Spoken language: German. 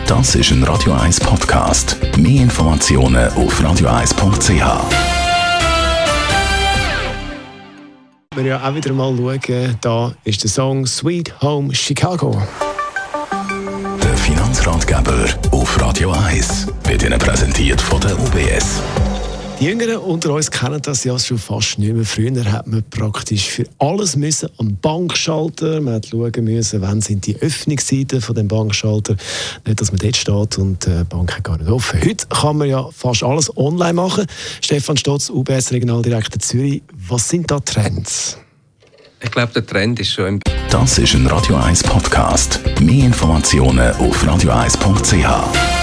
Das ist ein Radio 1 Podcast. Mehr Informationen auf radio1.ch. Wir ja auch wieder mal schauen, da ist der Song Sweet Home Chicago. Der Finanzratgeber auf Radio 1 wird Ihnen präsentiert von der UBS. Die Jüngeren unter uns kennen das ja schon fast nicht mehr. Früher hat man praktisch für alles müssen am Bankschalter. Man musste schauen, wann sind die Öffnungszeiten von dem Bankschalter. Nicht, dass man dort steht und die Bank hat gar nicht offen. Heute kann man ja fast alles online machen. Stefan Stotz, UBS Regionaldirektor Zürich. Was sind da Trends? Ich glaube, der Trend ist schon im... Das ist ein Radio 1 Podcast. Mehr Informationen auf radio1.ch.